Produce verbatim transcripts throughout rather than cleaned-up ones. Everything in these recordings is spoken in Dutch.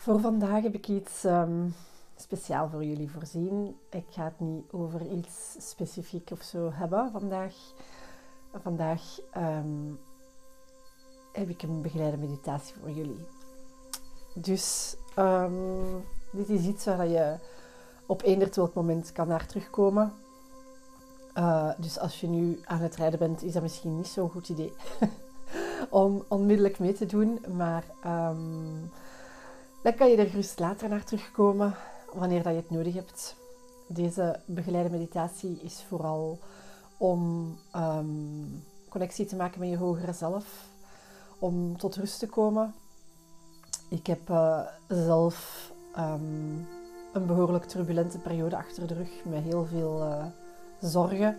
Voor vandaag heb ik iets um, speciaal voor jullie voorzien. Ik ga het niet over iets specifiek of zo hebben vandaag. Vandaag um, heb ik een begeleide meditatie voor jullie. Dus um, dit is iets waar je op eender welk moment kan naar terugkomen. Uh, dus als je nu aan het rijden bent, is dat misschien niet zo'n goed idee om onmiddellijk mee te doen. Maar um, dan kan je er gerust later naar terugkomen, wanneer dat je het nodig hebt. Deze begeleide meditatie is vooral om um, connectie te maken met je hogere zelf, om tot rust te komen. Ik heb uh, zelf um, een behoorlijk turbulente periode achter de rug, met heel veel uh, zorgen.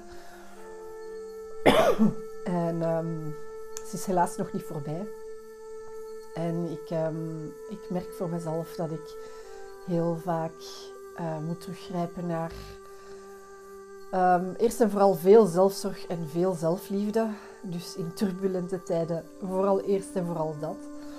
en um, het is helaas nog niet voorbij. En ik, um, ik merk voor mezelf dat ik heel vaak uh, moet teruggrijpen naar um, eerst en vooral veel zelfzorg en veel zelfliefde. Dus in turbulente tijden vooral eerst en vooral dat.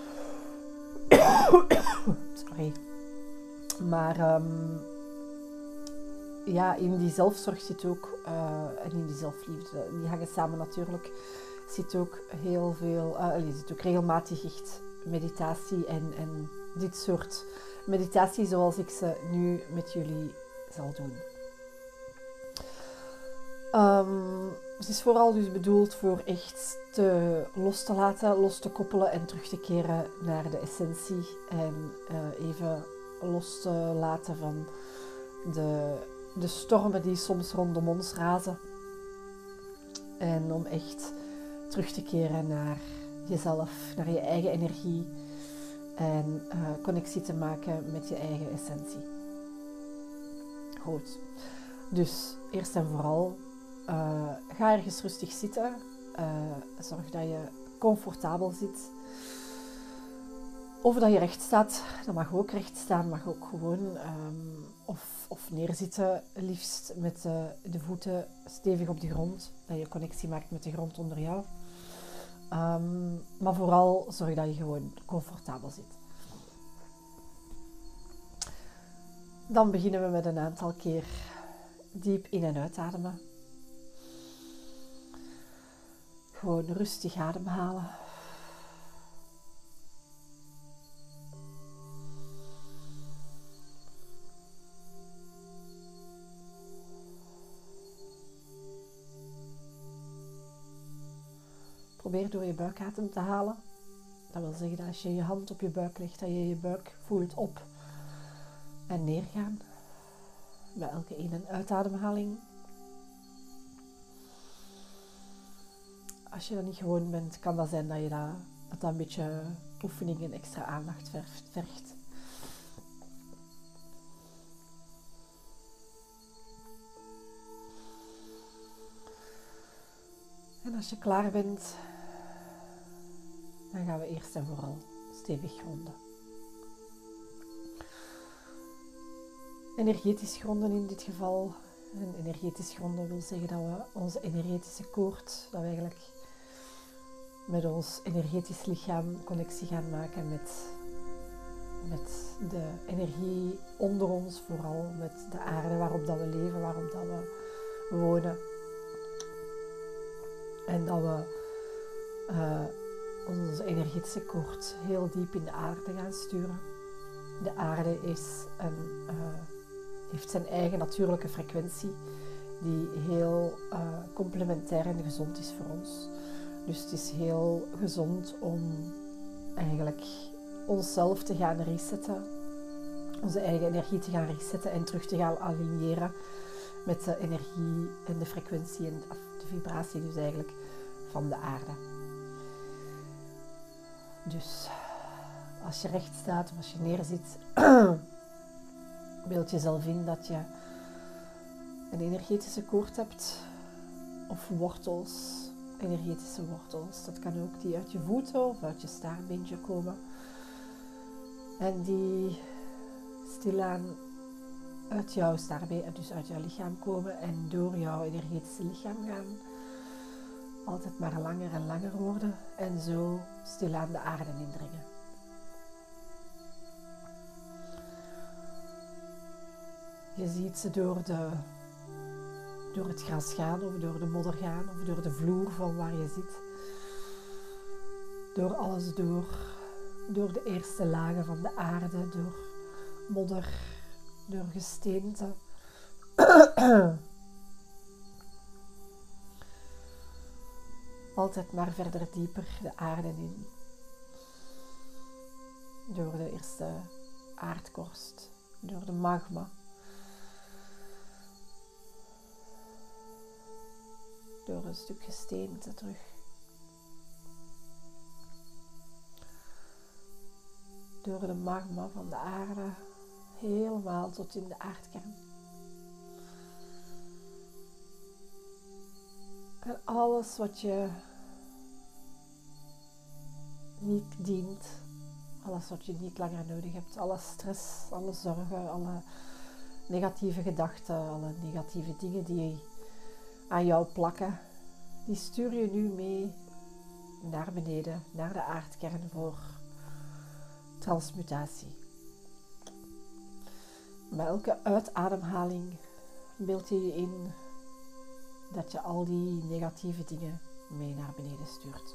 Sorry. Maar um, ja, in die zelfzorg zit ook, uh, en in die zelfliefde, die hangen samen natuurlijk, zit ook heel veel, uh, zit ook regelmatig echt meditatie en, en dit soort meditatie zoals ik ze nu met jullie zal doen. Um, het is vooral dus bedoeld voor echt te los te laten, los te koppelen en terug te keren naar de essentie. En uh, even los te laten van de, de stormen die soms rondom ons razen. En om echt terug te keren naar jezelf, naar je eigen energie en uh, connectie te maken met je eigen essentie. Goed. Dus eerst en vooral uh, ga ergens rustig zitten. Uh, zorg dat je comfortabel zit. Of dat je recht staat. Dat mag ook recht staan, mag ook gewoon. Um, of, of neerzitten, liefst met uh, de voeten stevig op de grond. Dat je connectie maakt met de grond onder jou. Um, maar vooral zorg dat je gewoon comfortabel zit. Dan beginnen we met een aantal keer diep in- en uitademen. Gewoon rustig ademhalen. Probeer door je buik adem te halen. Dat wil zeggen dat als je je hand op je buik legt, dat je je buik voelt op en neergaan. Bij elke in- en uitademhaling. Als je dat niet gewoon bent, kan dat zijn dat je dat, dat, dat een beetje oefening en extra aandacht vergt. En als je klaar bent, dan gaan we eerst en vooral stevig gronden. Energetisch gronden in dit geval. En energetisch gronden wil zeggen dat we onze energetische koord, dat we eigenlijk met ons energetisch lichaam connectie gaan maken met, met de energie onder ons, vooral met de aarde waarop dat we leven, waarop dat we wonen. En dat we uh, onze energetische koord heel diep in de aarde gaan sturen. De aarde is een, uh, heeft zijn eigen natuurlijke frequentie die heel uh, complementair en gezond is voor ons. Dus het is heel gezond om eigenlijk onszelf te gaan resetten, onze eigen energie te gaan resetten en terug te gaan aligneren met de energie en de frequentie en de vibratie dus eigenlijk van de aarde. Dus als je recht staat of als je neerzit, beeld jezelf in dat je een energetische koord hebt of wortels, energetische wortels. Dat kan ook die uit je voeten of uit je staartbeentje komen. En die stilaan uit jouw staartbeen, dus uit jouw lichaam komen en door jouw energetische lichaam gaan. Altijd maar langer en langer worden en zo stilaan de aarde indringen. Je ziet ze door, de, door het gras gaan of door de modder gaan of door de vloer van waar je zit. Door alles door. Door de eerste lagen van de aarde, door modder, door gesteente. Altijd maar verder dieper de aarde in. Door de eerste aardkorst, door de magma. Door een stuk gesteente terug. Door de magma van de aarde, helemaal tot in de aardkern. En alles wat je niet dient, alles wat je niet langer nodig hebt, alle stress, alle zorgen, alle negatieve gedachten, alle negatieve dingen die aan jou plakken, die stuur je nu mee naar beneden, naar de aardkern voor transmutatie. Bij elke uitademhaling beeld je je in dat je al die negatieve dingen mee naar beneden stuurt.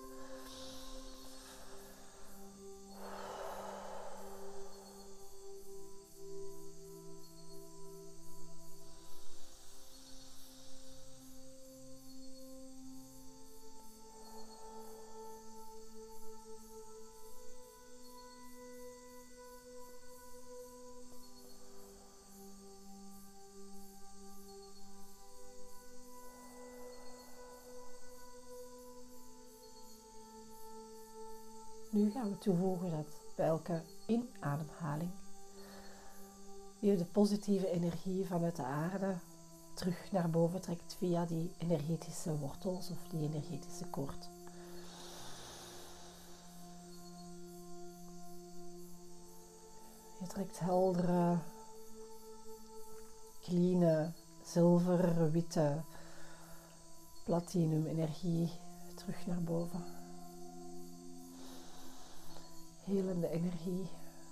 Nu gaan we toevoegen dat bij elke inademhaling je de positieve energie vanuit de aarde terug naar boven trekt via die energetische wortels of die energetische koord. Je trekt heldere, clean, zilver, witte, platinum energie terug naar boven. Helende energie.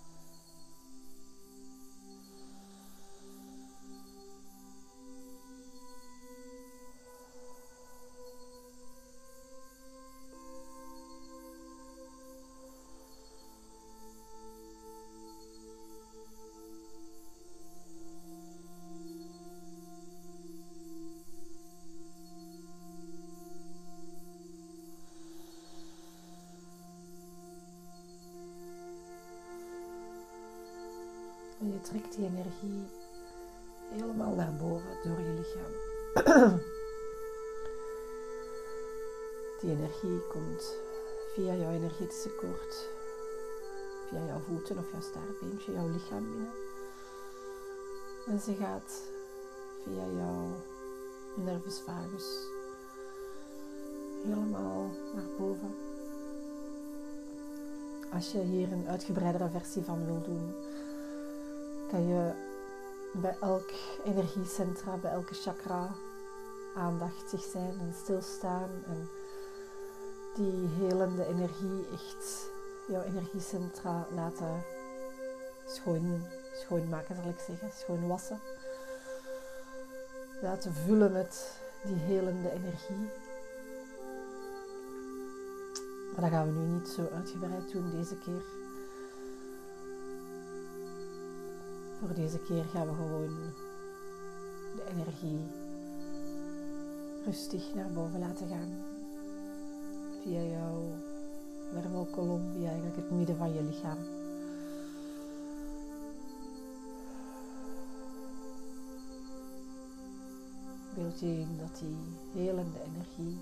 En je trekt die energie helemaal naar boven door je lichaam. Die energie komt via jouw energetische koord, via jouw voeten of jouw staartbeentje, jouw lichaam binnen. En ze gaat via jouw nervus vagus helemaal naar boven. Als je hier een uitgebreidere versie van wil doen, kan je bij elk energiecentra, bij elke chakra aandachtig zijn en stilstaan en die helende energie echt jouw energiecentra laten schoon, schoonmaken, zal ik zeggen, schoonwassen. Laten vullen met die helende energie. Maar dat gaan we nu niet zo uitgebreid doen deze keer. Voor deze keer gaan we gewoon de energie rustig naar boven laten gaan. Via jouw wervelkolom, via eigenlijk het midden van je lichaam. Beeld je in dat die helende energie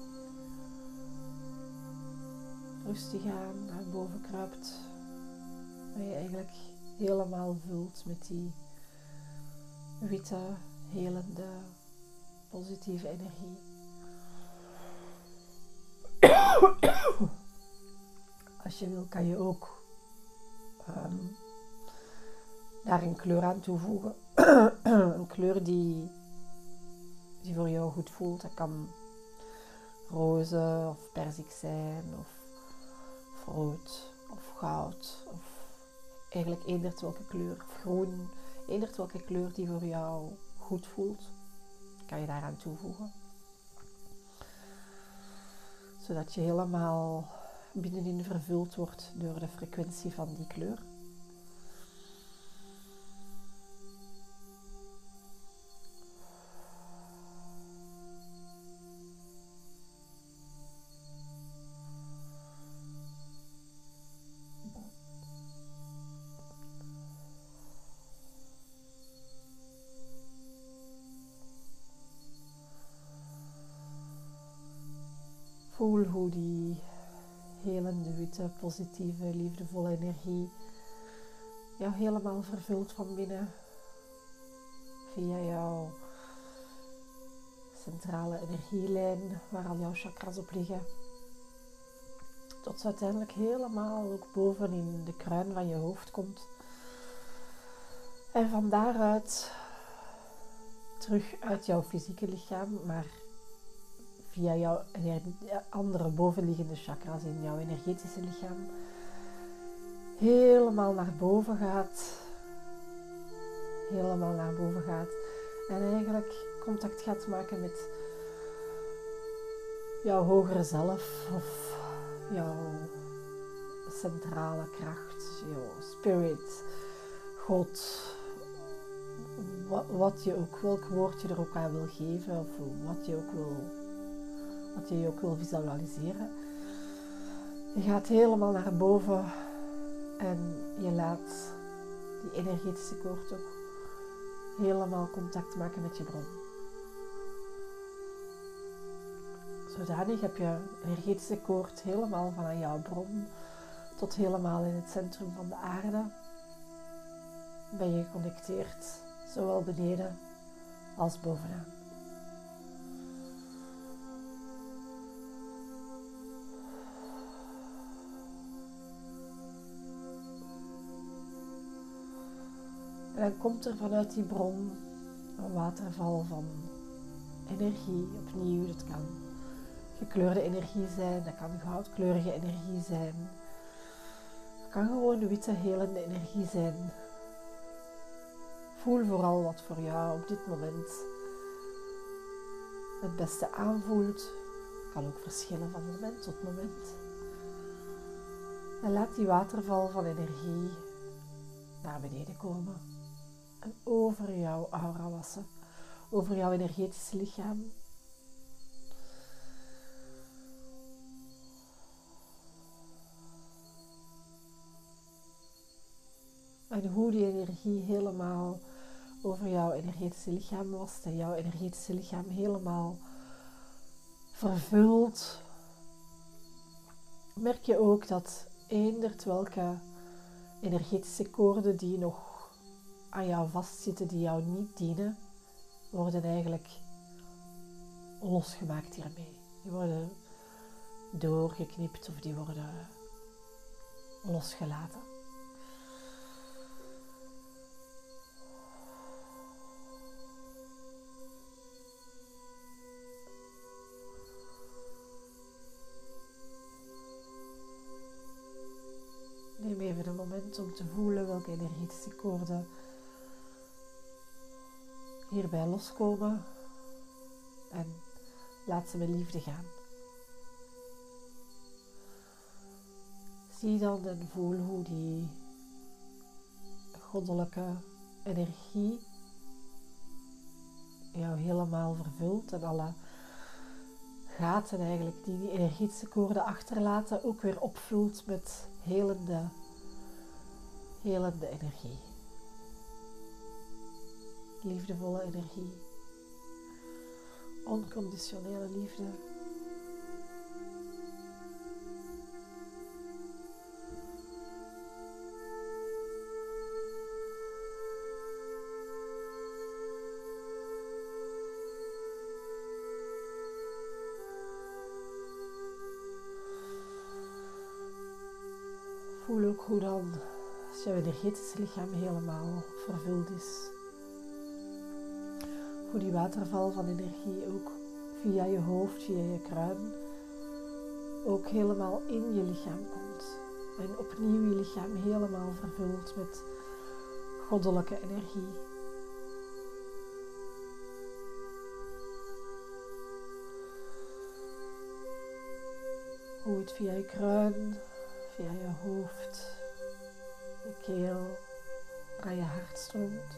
rustig aan naar boven kruipt. En je eigenlijk helemaal vult met die witte, helende, positieve energie. Als je wil, kan je ook um, daar een kleur aan toevoegen. Een kleur die, die voor jou goed voelt. Dat kan roze of perzik zijn, of, of rood, of goud, of eigenlijk eender welke kleur, of groen, eender welke kleur die voor jou goed voelt, kan je daaraan toevoegen. Zodat je helemaal binnenin vervuld wordt door de frequentie van die kleur. Voel hoe die helende, witte, positieve, liefdevolle energie jou helemaal vervult van binnen. Via jouw centrale energielijn, waar al jouw chakras op liggen. Tot ze uiteindelijk helemaal ook boven in de kruin van je hoofd komt. En van daaruit terug uit jouw fysieke lichaam, maar via jouw andere bovenliggende chakras in jouw energetische lichaam helemaal naar boven gaat. Helemaal naar boven gaat. En eigenlijk contact gaat maken met jouw hogere zelf of jouw centrale kracht, jouw spirit, God. Wat je ook, welk woord je er ook aan wil geven of wat je ook wil, wat je ook wil visualiseren. Je gaat helemaal naar boven en je laat die energetische koord ook helemaal contact maken met je bron. Zodanig heb je energetische koord helemaal van jouw bron tot helemaal in het centrum van de aarde. Ben je geconnecteerd, zowel beneden als bovenaan. En dan komt er vanuit die bron een waterval van energie opnieuw. Dat kan gekleurde energie zijn, dat kan goudkleurige energie zijn. Het kan gewoon witte, helende energie zijn. Voel vooral wat voor jou op dit moment het beste aanvoelt. Het kan ook verschillen van moment tot moment. En laat die waterval van energie naar beneden komen. En over jouw aura wassen. Over jouw energetische lichaam. En hoe die energie helemaal over jouw energetische lichaam wast. En jouw energetische lichaam helemaal vervult. Merk je ook dat eenderd welke energetische koorden die nog aan jou vastzitten, die jou niet dienen, worden eigenlijk losgemaakt hiermee. Die worden doorgeknipt of die worden losgelaten. Neem even een moment om te voelen welke energetische koorden hierbij loskomen en laat ze met liefde gaan. Zie dan en voel hoe die goddelijke energie jou helemaal vervult en alle gaten eigenlijk die die energetische koorden achterlaten ook weer opvult met helende, helende energie. Liefdevolle energie. Onconditionele liefde. Voel ook hoe dan, als jouw energetische lichaam helemaal vervuld is, hoe die waterval van energie ook via je hoofd, via je kruin, ook helemaal in je lichaam komt. En opnieuw je lichaam helemaal vervult met goddelijke energie. Hoe het via je kruin, via je hoofd, je keel, naar je hart stroomt.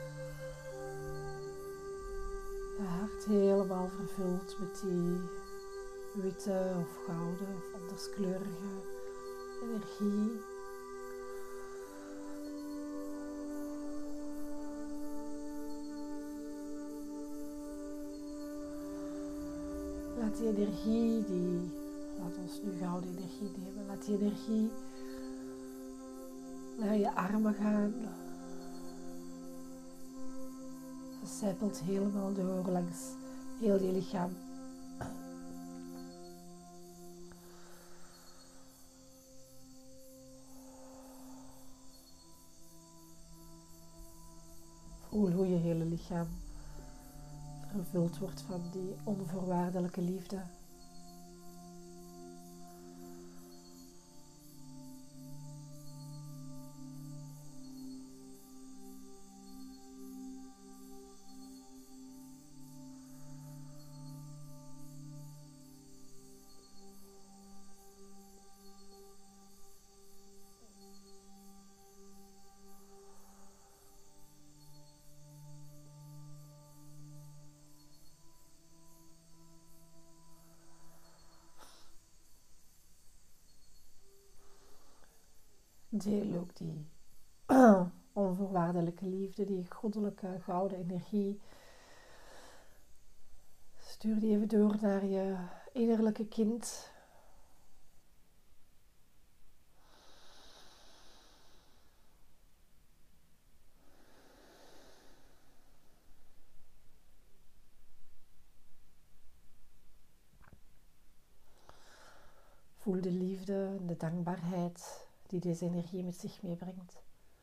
Je hart helemaal vervuld met die witte of gouden of anderskleurige energie. Laat die energie, die, laat ons nu gouden energie nemen, laat die energie naar je armen gaan. Ze zijpelt helemaal door langs heel je lichaam. Voel hoe je hele lichaam vervuld wordt van die onvoorwaardelijke liefde. Deel ook die onvoorwaardelijke liefde, die goddelijke gouden energie. Stuur die even door naar je innerlijke kind. Voel de liefde en de dankbaarheid die deze energie met zich meebrengt.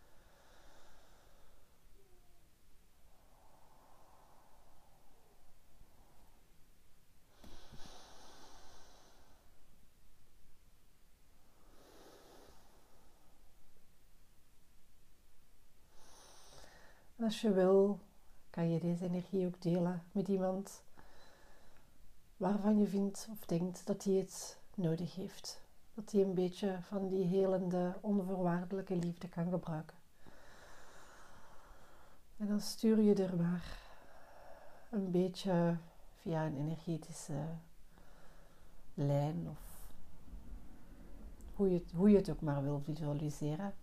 En als je wil, kan je deze energie ook delen met iemand waarvan je vindt of denkt dat hij het nodig heeft. Dat hij een beetje van die helende, onvoorwaardelijke liefde kan gebruiken. En dan stuur je er maar een beetje via een energetische lijn of hoe je het, hoe je het ook maar wil visualiseren.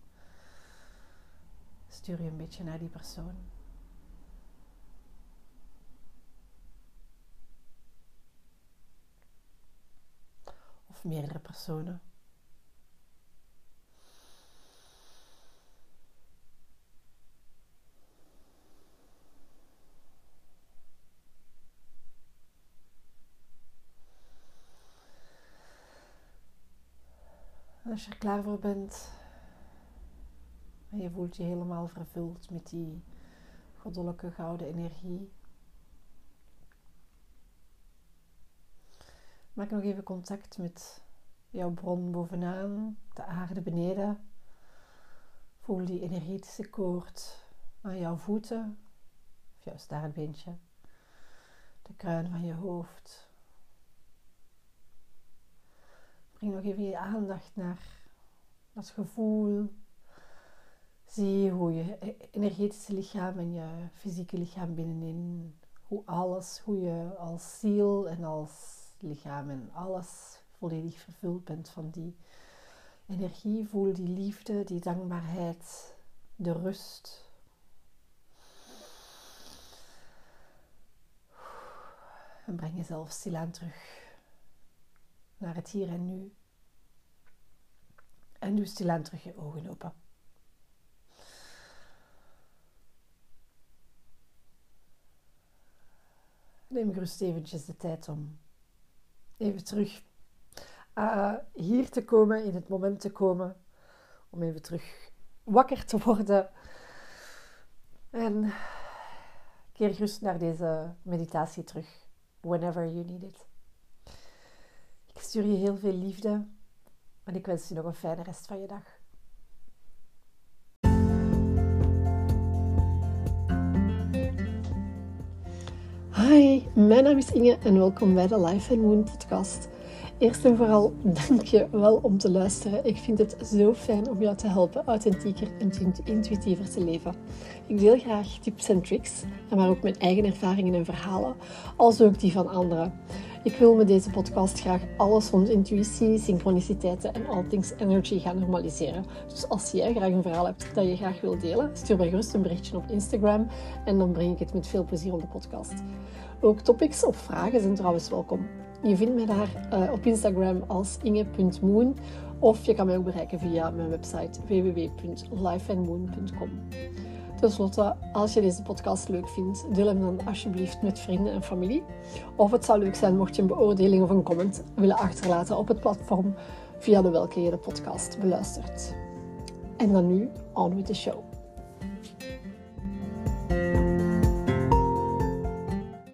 Stuur je een beetje naar die persoon. Of meerdere personen. En als je er klaar voor bent en je voelt je helemaal vervuld met die goddelijke gouden energie, maak nog even contact met jouw bron bovenaan, de aarde beneden. Voel die energetische koord aan jouw voeten, of jouw staartbeentje, de kruin van je hoofd. Breng nog even je aandacht naar dat gevoel. Zie hoe je energetische lichaam en je fysieke lichaam binnenin, hoe alles, hoe je als ziel en als lichaam en alles volledig vervuld bent van die energie. Voel die liefde, die dankbaarheid, de rust. En breng jezelf stilaan terug naar het hier en nu. En doe stilaan terug je ogen open. Neem gerust eventjes de tijd om even terug uh, hier te komen, in het moment te komen. Om even terug wakker te worden. En keer gerust naar deze meditatie terug. Whenever you need it. Ik stuur je heel veel liefde. En ik wens je nog een fijne rest van je dag. Mijn naam is Inge en welkom bij de Life and Moon podcast. Eerst en vooral dank je wel om te luisteren. Ik vind het zo fijn om jou te helpen authentieker en intuïtiever te leven. Ik deel graag tips en tricks, maar ook mijn eigen ervaringen en verhalen, als ook die van anderen. Ik wil met deze podcast graag alles rond intuïtie, synchroniciteiten en all things energy gaan normaliseren. Dus als jij graag een verhaal hebt dat je graag wilt delen, stuur mij gerust een berichtje op Instagram en dan breng ik het met veel plezier op de podcast. Ook topics of vragen zijn trouwens welkom. Je vindt mij daar uh, op Instagram als inge punt moon of je kan mij ook bereiken via mijn website w w w punt life and moon punt com. Ten slotte, als je deze podcast leuk vindt, deel hem dan alsjeblieft met vrienden en familie. Of het zou leuk zijn mocht je een beoordeling of een comment willen achterlaten op het platform via de welke je de podcast beluistert. En dan nu, on with the show.